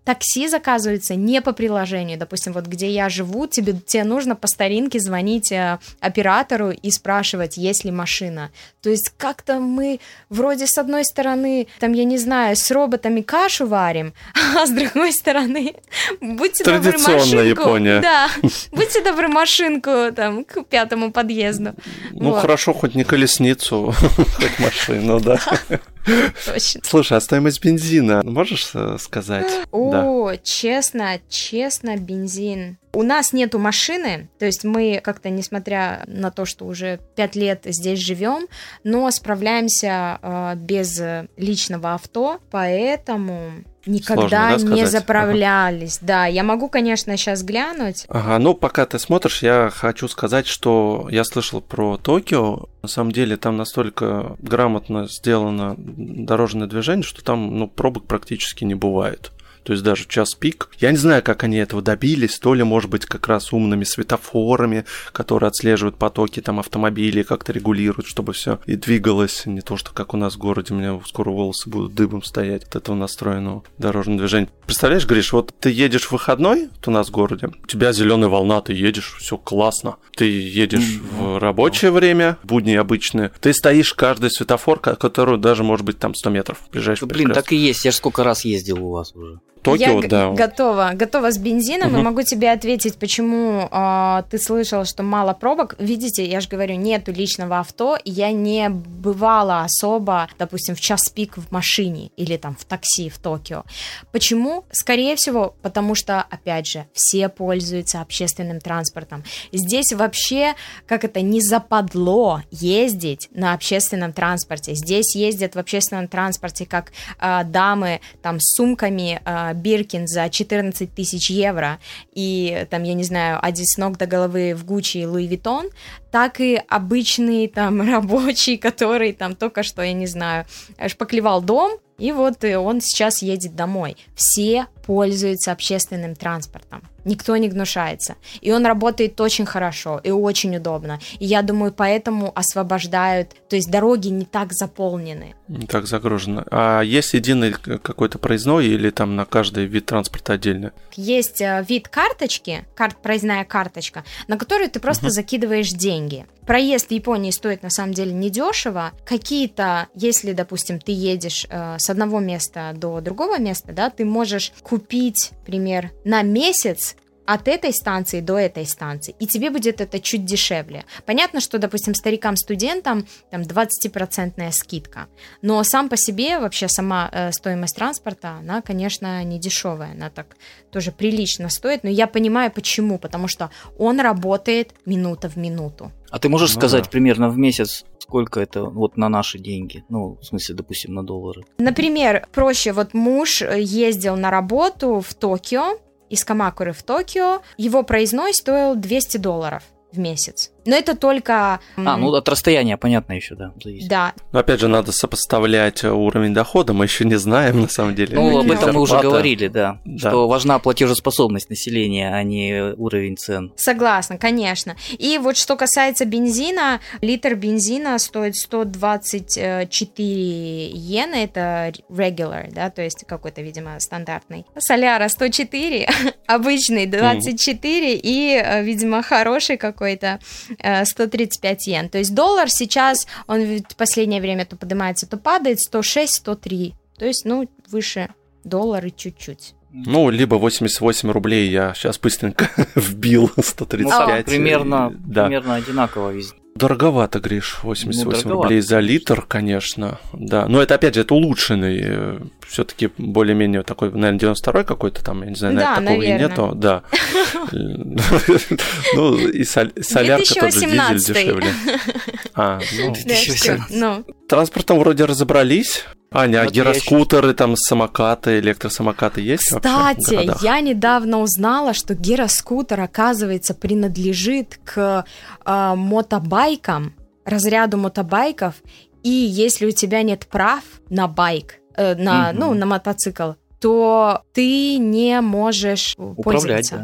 такси заказывается не по приложению. Допустим, вот где я живу, тебе, тебе нужно по старинке звонить э, оператору и спрашивать, есть ли машина. То есть как-то мы вроде с одной стороны, там, я не знаю, с роботами кашу варим, а с другой стороны, будьте добры, машинку. Япония. Да, будьте добры, машинку там к пятому подъезду. Ну, вот. Хорошо, хоть не колесницу, хоть машину, да. Точно. Слушай, а стоимость бензина можешь сказать? О, да. честно, честно, бензин. У нас нету машины, то есть мы как-то, несмотря на то, что уже пять лет здесь живем, но справляемся э, без личного авто, поэтому никогда Сложно, да, не сказать? заправлялись. Ага. Да, я могу, конечно, сейчас глянуть. Ага, ну пока ты смотришь, я хочу сказать, что я слышал про Токио. На самом деле там настолько грамотно сделано дорожное движение, что там ну, пробок практически не бывает. То есть даже час пик. Я не знаю, как они этого добились, то ли, может быть, как раз умными светофорами, которые отслеживают потоки там автомобилей, как-то регулируют, чтобы все и двигалось. Не то, что как у нас в городе, у меня скоро волосы будут дыбом стоять от этого настроенного дорожного движения. Представляешь, Гриш, вот ты едешь в выходной вот у нас в городе, у тебя зеленая волна, ты едешь, все классно. Ты едешь mm-hmm. в рабочее время, будни обычные, ты стоишь каждый светофор, который даже может быть там сто метров ближайший. Блин, перекресток. Так и есть, я же сколько раз ездил у вас уже. Токио, я да. г- готова, готова с бензином, uh-huh. и могу тебе ответить, почему э, ты слышал, что мало пробок. Видите, я же говорю, нету личного авто, и я не бывала особо, допустим, в час пик в машине или там в такси в Токио. Почему? Скорее всего, потому что, опять же, все пользуются общественным транспортом. Здесь вообще, как это, не западло ездить на общественном транспорте. Здесь ездят в общественном транспорте как э, дамы там с сумками, э, Биркин за четырнадцать тысяч евро и, там, я не знаю, одет с ног до головы в Гуччи и Луи Виттон, так и обычный там рабочий, который там только что, я не знаю, шпаклевал дом, и вот он сейчас едет домой. Все пользуются общественным транспортом. Никто не гнушается. И он работает очень хорошо и очень удобно. И я думаю, поэтому освобождают, то есть дороги не так заполнены. Не так загружено. А есть единый какой-то проездной или там на каждый вид транспорта отдельно? Есть вид карточки, карт, проездная карточка, на которую ты просто uh-huh. закидываешь деньги. Проезд в Японии стоит на самом деле недешево. Какие-то, если, допустим, ты едешь э, с одного места до другого места, да, ты можешь купить, например, на месяц от этой станции до этой станции, и тебе будет это чуть дешевле. Понятно, что, допустим, старикам-студентам там двадцатипроцентная скидка, но сам по себе вообще сама э, стоимость транспорта, она, конечно, не дешевая, она так тоже прилично стоит, но я понимаю почему, потому что он работает минута в минуту. А ты можешь ну, сказать да. примерно в месяц, сколько это вот на наши деньги? Ну, в смысле, допустим, на доллары. Например, проще, вот муж ездил на работу в Токио, из Камакуры в Токио, его проездной стоил двести долларов в месяц. Но это только... А, ну от расстояния, понятно, еще, да. Зависит. Да. Но опять же, надо сопоставлять уровень дохода, мы еще не знаем, на самом деле. Ну, об этом мы уже говорили, да, да. Что важна платежеспособность населения, а не уровень цен. Согласна, конечно. И вот что касается бензина, литр бензина стоит сто двадцать четыре йена, это regular, да, то есть какой-то, видимо, стандартный. Соляра сто четыре, обычный двадцать четыре mm. и, видимо, хороший какой-то сто тридцать пять йен. То есть доллар сейчас, он в последнее время то поднимается, то падает, сто шесть - сто три. То есть, ну, выше доллара чуть-чуть. Ну, либо восемьдесят восемь рублей я сейчас быстренько вбил, сто тридцать пять. Ну, примерно, да. примерно одинаково везде. Дороговато, Гриш, восемьдесят восемь ну, рублей за литр, конечно, да. Но это, опять же, это улучшенный, все-таки более-менее такой, наверное, девяносто второй какой-то там, я не знаю, да, такого наверное. и нету, да. Ну, и солярка тоже, дизель дешевле. А, ну... Транспортом вроде разобрались. Аня, а гироскутеры, там, самокаты, электросамокаты есть? Кстати, я недавно узнала, что гироскутер, оказывается, принадлежит к э, мотобайкам, разряду мотобайков, и если у тебя нет прав на байк, э, на, mm-hmm. ну, на мотоцикл, то ты не можешь управлять, пользоваться. Да.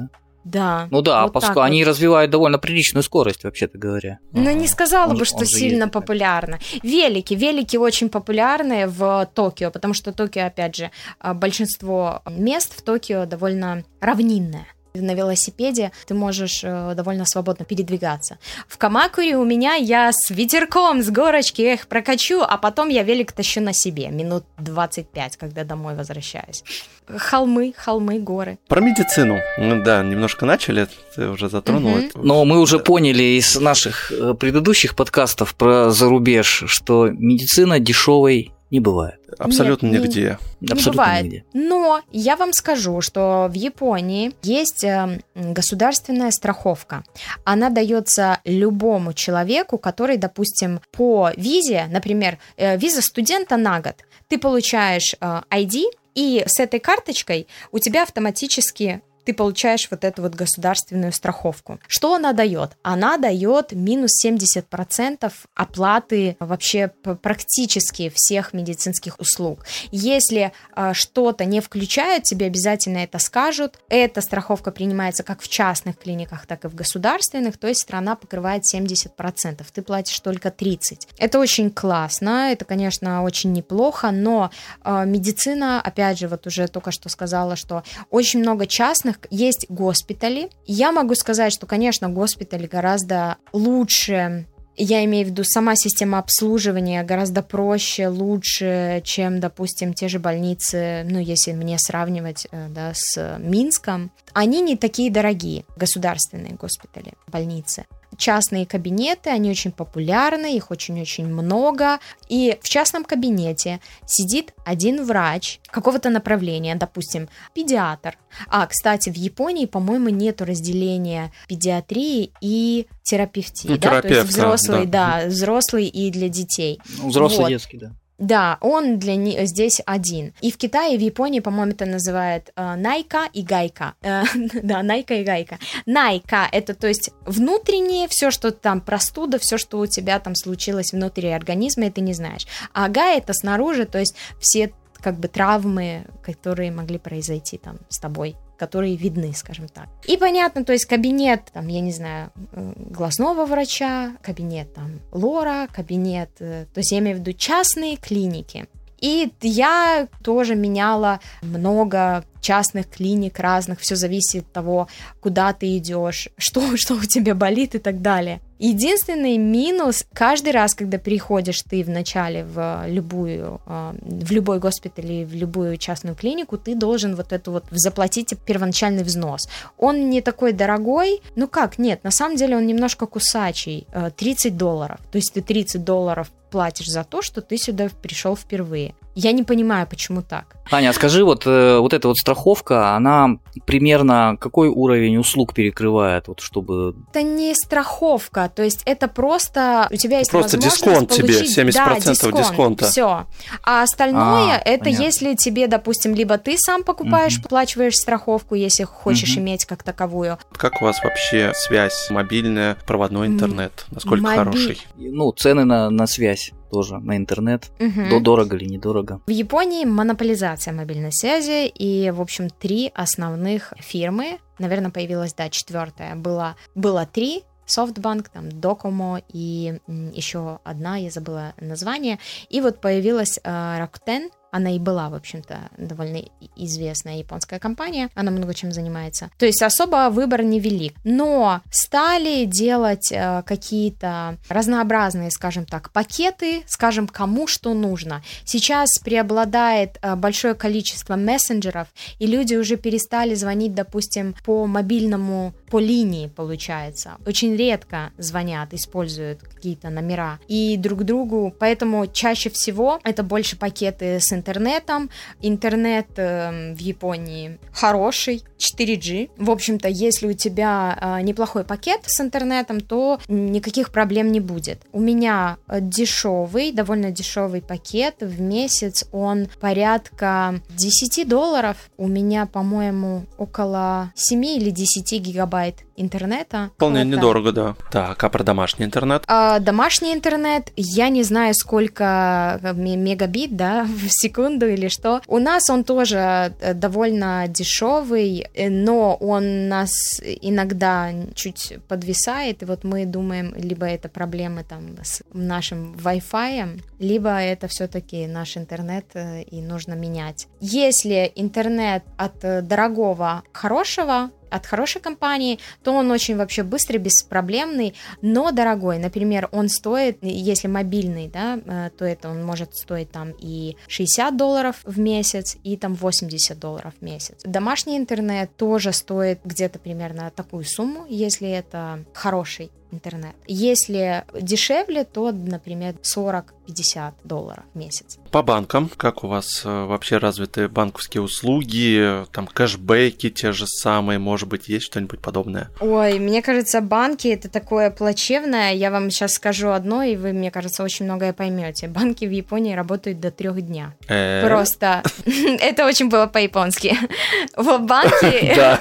Да. Ну да, вот поскольку они вот. развивают довольно приличную скорость, вообще-то говоря. Ну, не сказала Он бы, же- что он же сильно ездит. популярно. Велики, велики очень популярны в Токио, потому что Токио, опять же, большинство мест в Токио довольно равнинное. На велосипеде ты можешь э, довольно свободно передвигаться. В Камакуре у меня я с ветерком, с горочки, эх, прокачу, а потом я велик тащу на себе минут двадцать пять, когда домой возвращаюсь. Холмы, холмы, горы. Про медицину. Ну да, немножко начали, ты уже затронула. Мгм. это. Но мы уже поняли из наших э, предыдущих подкастов про зарубеж, что медицина дешевой не бывает. Абсолютно Нет, не- нигде. Не Абсолютно бывает. нигде. Но я вам скажу, что в Японии есть э, государственная страховка. Она дается любому человеку, который, допустим, по визе, например, э, виза студента на год, ты получаешь э, ай ди, и с этой карточкой у тебя автоматически ты получаешь вот эту вот государственную страховку. Что она дает? Она дает минус семьдесят процентов оплаты вообще п- практически всех медицинских услуг. Если э, что-то не включают, тебе обязательно это скажут. Эта страховка принимается как в частных клиниках, так и в государственных, то есть страна покрывает семьдесят процентов, ты платишь только тридцать процентов. Это очень классно, это, конечно, очень неплохо, но э, медицина, опять же, вот уже только что сказала, что очень много частных, есть госпитали. Я могу сказать, что, конечно, госпитали гораздо лучше, я имею в виду сама система обслуживания гораздо проще, лучше, чем, допустим, те же больницы, ну, если мне сравнивать, э, да, с Минском. Они не такие дорогие, государственные госпитали, больницы. Частные кабинеты, они очень популярны, их очень-очень много. И в частном кабинете сидит один врач какого-то направления, допустим, педиатр. А, кстати, в Японии, по-моему, нету разделения педиатрии и терапевтии. Ну, да? То есть терапевта, взрослый, да. да, взрослый и для детей. Ну, взрослый Вот. детский, да. Да, он для не- здесь один. И в Китае, и в Японии, по-моему, это называют э, найка и гайка. Э, да, найка и гайка. Найка — это, то есть, внутреннее, все, что там простуда, все, что у тебя там случилось внутри организма, и ты не знаешь. А гай — это снаружи, то есть, все как бы травмы, которые могли произойти там с тобой, которые видны, скажем так. И понятно, то есть кабинет, там, я не знаю, глазного врача, кабинет там лора, кабинет, то есть я имею в виду частные клиники. И я тоже меняла много частных клиник разных, все зависит от того, куда ты идешь, что, что у тебя болит и так далее. Единственный минус, каждый раз, когда приходишь ты вначале в любую, в любой госпиталь или в любую частную клинику, ты должен вот эту вот заплатить первоначальный взнос. Он не такой дорогой, ну как, нет, на самом деле он немножко кусачий, тридцать долларов, то есть ты тридцать долларов платишь за то, что ты сюда пришел впервые. Я не понимаю, почему так. Аня, скажи, вот, э, вот эта вот страховка, она примерно какой уровень услуг перекрывает, вот, чтобы... Это не страховка, то есть это просто у тебя есть Просто возможность дисконт получить... тебе, семьдесят процентов да, дисконт, дисконта. Все. А остальное, А, это понятно. если тебе, допустим, либо ты сам покупаешь, Мгм. оплачиваешь страховку, если хочешь Мгм. иметь как таковую. Как у вас вообще связь мобильная, проводной интернет? Насколько моби- хороший? Ну, цены на, на связь тоже, на интернет. Мгм. До дорого или недорого? В Японии монополизация мобильной связи, и, в общем, три основных фирмы, наверное, появилась, да, четвертая, было, было три, SoftBank, там, Docomo и м, еще одна, я забыла название, и вот появилась э, Rakuten, она и была, в общем-то, довольно известная японская компания, она много чем занимается. То есть особо выбор невелик. Но стали делать э, какие-то разнообразные, скажем так, пакеты, скажем, кому что нужно. Сейчас преобладает э, большое количество мессенджеров, и люди уже перестали звонить, допустим, по мобильному, по линии, получается. Очень редко звонят, используют какие-то номера и друг другу, поэтому чаще всего это больше пакеты с интернетом. Интернет э, в Японии хороший, четыре джи. В общем-то, если у тебя э, неплохой пакет с интернетом, то никаких проблем не будет. У меня дешевый, довольно дешевый пакет. В месяц он порядка десять долларов. У меня, по-моему, около семь или десять гигабайт гигабайт интернета. Вполне хватает. недорого, да. Так, а про домашний интернет? А, домашний интернет, я не знаю, сколько мегабит, да, в секунду или что. У нас он тоже довольно дешевый, но он нас иногда чуть подвисает, и вот мы думаем, либо это проблемы там с нашим Wi-Fi, либо это все-таки наш интернет, и нужно менять. Если интернет от дорогого к хорошего, от хорошей компании, то он очень вообще быстрый, беспроблемный, но дорогой. Например, он стоит, если мобильный, да, то это он может стоить там и шестьдесят долларов в месяц, и там восемьдесят долларов в месяц. Домашний интернет тоже стоит где-то примерно такую сумму, если это хороший интернет. Если дешевле, то, например, сорок-пятьдесят долларов в месяц. По банкам, как у вас вообще развиты банковские услуги, там кэшбэки те же самые, может быть, есть что-нибудь подобное? Ой, мне кажется, банки это такое плачевное. Я вам сейчас скажу одно, и вы, мне кажется, очень многое поймете. Банки в Японии работают до трех дня. Просто это очень было по-японски. Банки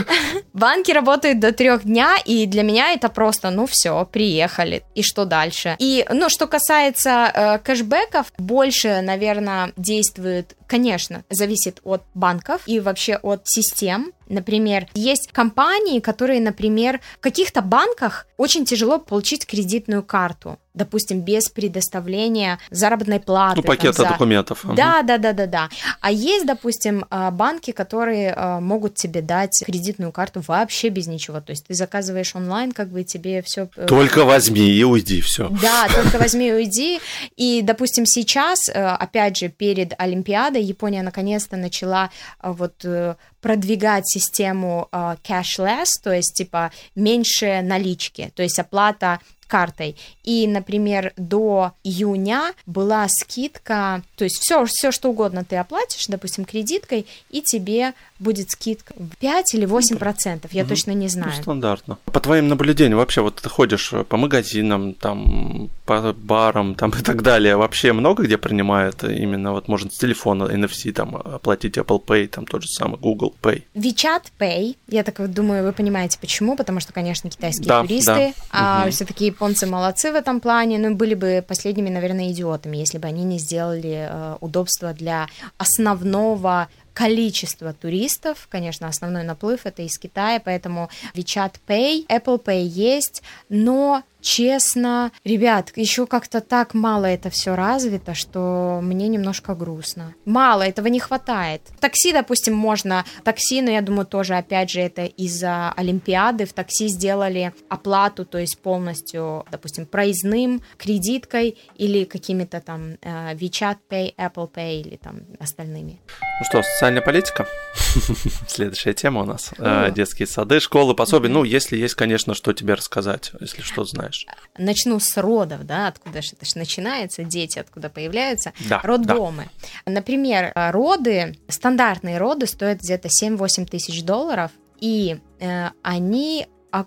банки работают до трех дня, и для меня это просто ну все, приехали, и что дальше? И, ну, что касается э, кэшбэков, больше, наверное, действует, конечно, зависит от банков и вообще от систем. Например, есть компании, которые, например, в каких-то банках очень тяжело получить кредитную карту, допустим, без предоставления заработной платы. Ну, пакета там, за... документов. Да, да, да, да, да. А есть, допустим, банки, которые могут тебе дать кредитную карту вообще без ничего. То есть ты заказываешь онлайн, как бы тебе все. Только возьми и уйди, все. Да, только возьми и уйди. И, допустим, сейчас, опять же, перед Олимпиадой Япония наконец-то начала вот продвигать систему uh, cashless, то есть типа меньше налички, то есть оплата картой. И, например, до июня была скидка, то есть все, все что угодно ты оплатишь, допустим, кредиткой, и тебе будет скидка пять или восемь процентов, я угу. точно не знаю. Ну, стандартно. По твоим наблюдениям, вообще, вот ты ходишь по магазинам, там, по барам, там и так далее, вообще много где принимают именно, вот можно с телефона эн эф си там оплатить Apple Pay, там тот же самый Google Pay. WeChat Pay, я так вот думаю, вы понимаете почему, потому что, конечно, китайские да, туристы, да. а угу. все-таки японцы молодцы в этом плане, но были бы последними, наверное, идиотами, если бы они не сделали э, удобства для основного количества туристов. Конечно, основной наплыв это из Китая, поэтому WeChat Pay, Apple Pay есть, но честно, ребят, еще как-то так мало это все развито, что мне немножко грустно. Мало, этого не хватает. В такси, допустим, можно, такси, но я думаю, тоже, опять же, это из-за Олимпиады. В такси сделали оплату, то есть полностью, допустим, проездным, кредиткой или какими-то там WeChat Pay, Apple Pay или там остальными. Ну что, социальная политика? Следующая тема у нас. Детские сады, школы, пособия. Ну, если есть, конечно, что тебе рассказать, если что знаешь. Начну с родов, да, откуда же это же начинается, дети откуда появляются, да, роддомы. Да. Например, роды, стандартные роды стоят где-то семь-восемь тысяч долларов, и э, они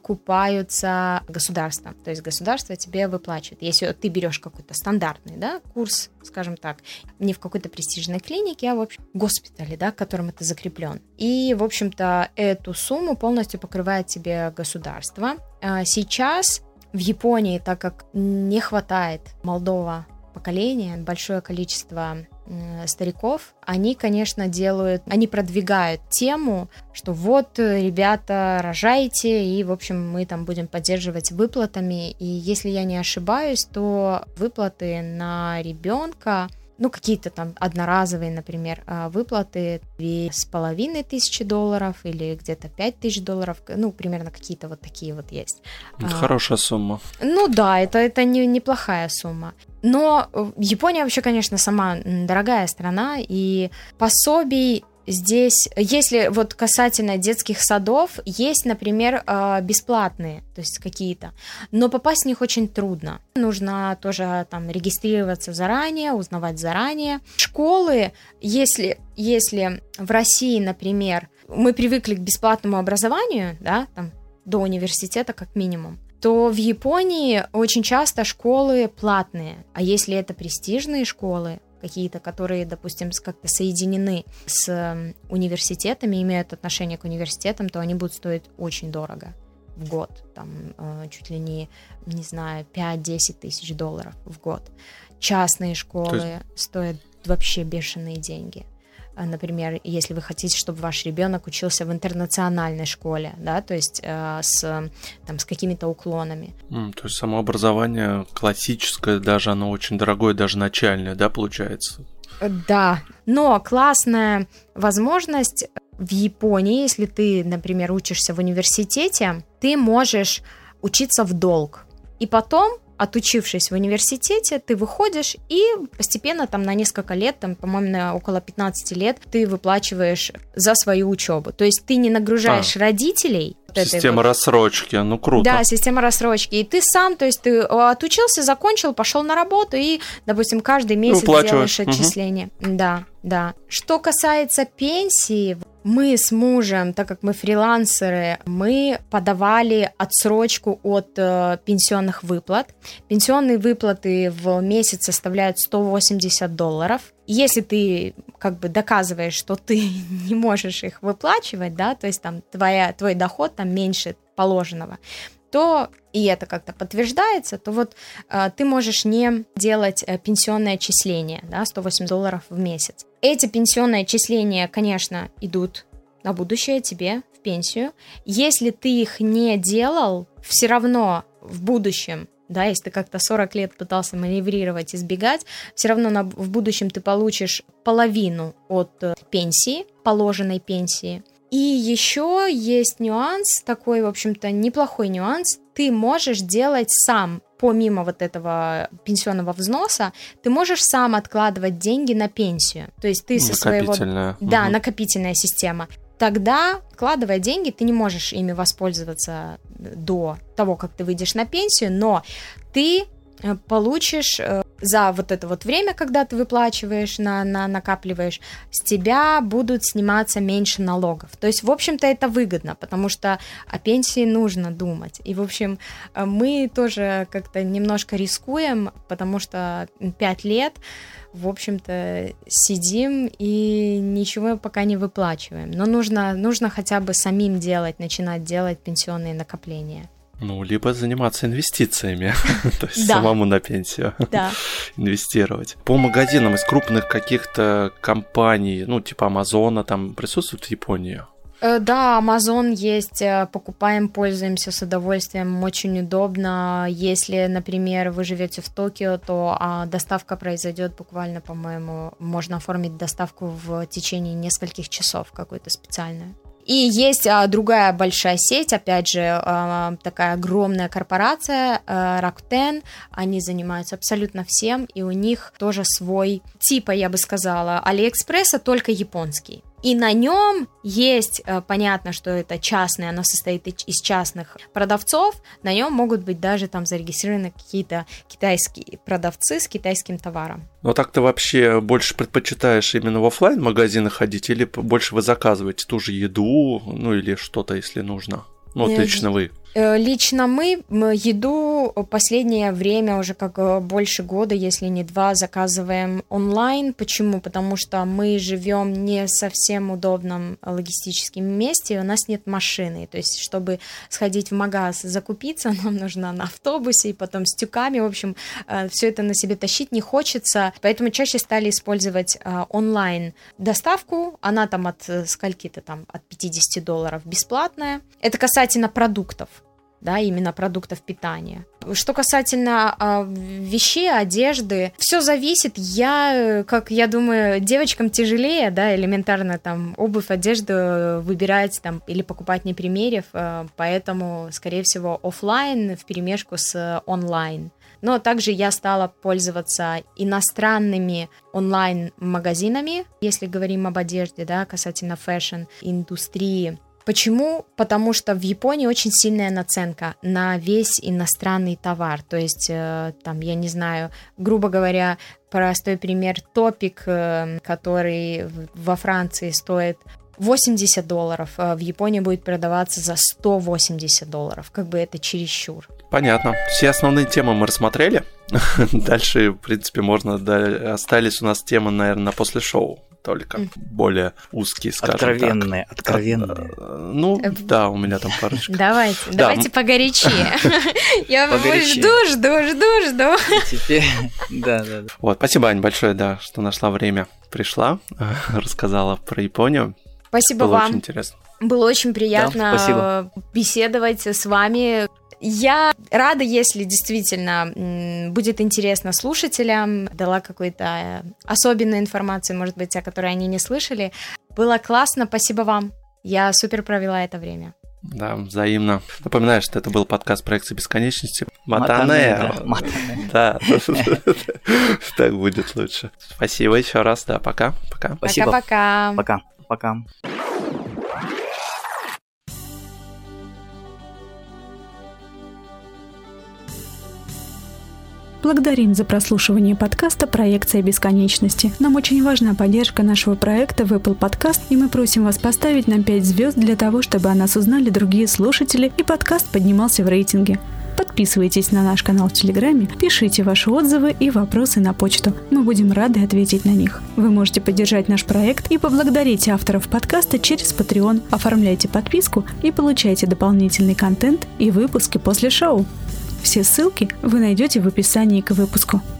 окупаются государством, то есть государство тебе выплачивает. Если ты берешь какой-то стандартный, да, курс, скажем так, не в какой-то престижной клинике, а в общем госпитале, да, к которому ты закреплен. И, в общем-то, эту сумму полностью покрывает тебе государство. Сейчас в Японии, так как не хватает молодого поколения, большое количество э, стариков, они, конечно, делают, они продвигают тему, что вот, ребята, рожайте, и, в общем, мы там будем поддерживать выплатами. И если я не ошибаюсь, то выплаты на ребенка, ну, какие-то там одноразовые, например, выплаты две с половиной тысячи долларов или где-то пять тысяч долларов, ну, примерно какие-то вот такие вот есть. Это а, хорошая сумма. Ну да, это, это не, неплохая сумма. Но Япония вообще, конечно, сама дорогая страна, и пособий здесь, если вот касательно детских садов, есть, например, бесплатные, то есть какие-то, но попасть в них очень трудно. Нужно тоже там регистрироваться заранее, узнавать заранее. Школы, если, если в России, например, мы привыкли к бесплатному образованию, да, там, до университета как минимум, то в Японии очень часто школы платные, а если это престижные школы, какие-то, которые, допустим, как-то соединены с университетами, имеют отношение к университетам, то они будут стоить очень дорого. в год, там чуть ли не, не знаю, пять-десять тысяч долларов в год. Частные школы есть... стоят вообще бешеные деньги. Например, если вы хотите, чтобы ваш ребенок учился в интернациональной школе, да, то есть э, с, там, с какими-то уклонами. Mm, то есть самообразование классическое, даже оно очень дорогое, даже начальное, да, получается? Да, но классная возможность в Японии, если ты, например, учишься в университете, ты можешь учиться в долг. И потом, отучившись в университете, ты выходишь и постепенно там на несколько лет, там, по-моему, на около пятнадцать лет ты выплачиваешь за свою учебу. То есть ты не нагружаешь а, родителей. Система вот рассрочки, ну круто. Да, система рассрочки. И ты сам, то есть ты отучился, закончил, пошел на работу и, допустим, каждый месяц делаешь отчисления. Угу. Да, да. Что касается пенсии, мы с мужем, так как мы фрилансеры, мы подавали отсрочку от э, пенсионных выплат. Пенсионные выплаты в месяц составляют сто восемьдесят долларов. Если ты как бы доказываешь, что ты не можешь их выплачивать, да, то есть там твоя, твой доход там меньше положенного, то и это как-то подтверждается, то вот э, ты можешь не делать э, пенсионное отчисление, да, сто восемь долларов в месяц. Эти пенсионные отчисления, конечно, идут на будущее тебе в пенсию. Если ты их не делал, все равно в будущем, да, если ты как-то сорок лет пытался маневрировать, избегать, все равно на, в будущем ты получишь половину от э, пенсии, положенной пенсии. И еще есть нюанс, такой, в общем-то, неплохой нюанс. Ты можешь делать сам, помимо вот этого пенсионного взноса, ты можешь сам откладывать деньги на пенсию. То есть ты со своего... Да, угу. накопительная система. Тогда, вкладывая деньги, ты не можешь ими воспользоваться до того, как ты выйдешь на пенсию, но ты получишь за вот это вот время, когда ты выплачиваешь, на, на, накапливаешь, с тебя будут сниматься меньше налогов. То есть, в общем-то, это выгодно, потому что о пенсии нужно думать. И, в общем, мы тоже как-то немножко рискуем, потому что пять лет, в общем-то, сидим и ничего пока не выплачиваем. Но нужно, нужно хотя бы самим делать, начинать делать пенсионные накопления. Ну, либо заниматься инвестициями, то есть да. самому на пенсию да. инвестировать. По магазинам из крупных каких-то компаний, ну, типа Амазона, там присутствует в Японии? Да, Amazon есть, покупаем, пользуемся с удовольствием, очень удобно. Если, например, вы живете в Токио, то а, доставка произойдет буквально, по-моему, можно оформить доставку в течение нескольких часов какую-то специальную. И есть а, другая большая сеть, опять же, а, такая огромная корпорация, а, Rakuten, они занимаются абсолютно всем, и у них тоже свой, типа, я бы сказала, Алиэкспресса, только японский. И на нем есть, понятно, что это частное, оно состоит из частных продавцов, на нем могут быть даже там зарегистрированы какие-то китайские продавцы с китайским товаром. Но так ты вообще больше предпочитаешь именно в офлайн-магазины ходить или больше вы заказываете ту же еду, ну или что-то, если нужно? Ну, вот лично вы. Лично мы еду последнее время, уже как больше года, если не два, заказываем онлайн. Почему? Потому что мы живем не в совсем удобном логистическом месте, у нас нет машины. То есть, чтобы сходить в магаз, закупиться, нам нужно на автобусе и потом с тюками. В общем, все это на себе тащить не хочется. Поэтому чаще стали использовать онлайн доставку. Она там от скольки-то там, от пятьдесят долларов бесплатная. Это касательно продуктов. Да, именно продуктов питания. Что касательно э, вещей, одежды, все зависит. Я, как я думаю, девочкам тяжелее, да, элементарно там обувь, одежду выбирать там или покупать не примерив, э, поэтому, скорее всего, офлайн вперемешку с онлайн. Но также я стала пользоваться иностранными онлайн-магазинами, если говорим об одежде, да, касательно фэшн-индустрии. Почему? Потому что в Японии очень сильная наценка на весь иностранный товар. То есть, э, там, я не знаю, грубо говоря, простой пример, топик, э, который во Франции стоит восемьдесят долларов, а в Японии будет продаваться за сто восемьдесят долларов. Как бы это чересчур. Понятно. Все основные темы мы рассмотрели. Дальше, в принципе, можно... Остались у нас темы, наверное, на после шоу. только mm. более узкие, скажем откровенные, так. Откровенные, Ну, да, у меня там парочка. Давайте, давайте погорячее. Я жду, жду, жду, жду. Теперь, да, да. Вот, спасибо, Ань, большое, да, что нашла время, пришла, рассказала про Японию. Спасибо вам. Было очень интересно. Было очень приятно да, беседовать с вами. Я рада, если действительно будет интересно слушателям, дала какую-то особенную информацию, может быть, о которой они не слышали. Было классно, спасибо вам. Я супер провела это время. Да, взаимно. Напоминаю, что это был подкаст проекции бесконечности. Матане. Да, так будет лучше. Спасибо еще раз, да, пока. Пока. Пока-пока. Пока. Пока. Благодарим за прослушивание подкаста «Проекция бесконечности». Нам очень важна поддержка нашего проекта в Apple Podcast, и мы просим вас поставить нам пять звезд для того, чтобы о нас узнали другие слушатели и подкаст поднимался в рейтинге. Подписывайтесь на наш канал в Телеграме, пишите ваши отзывы и вопросы на почту. Мы будем рады ответить на них. Вы можете поддержать наш проект и поблагодарить авторов подкаста через Patreon. Оформляйте подписку и получайте дополнительный контент и выпуски после шоу. Все ссылки вы найдете в описании к выпуску.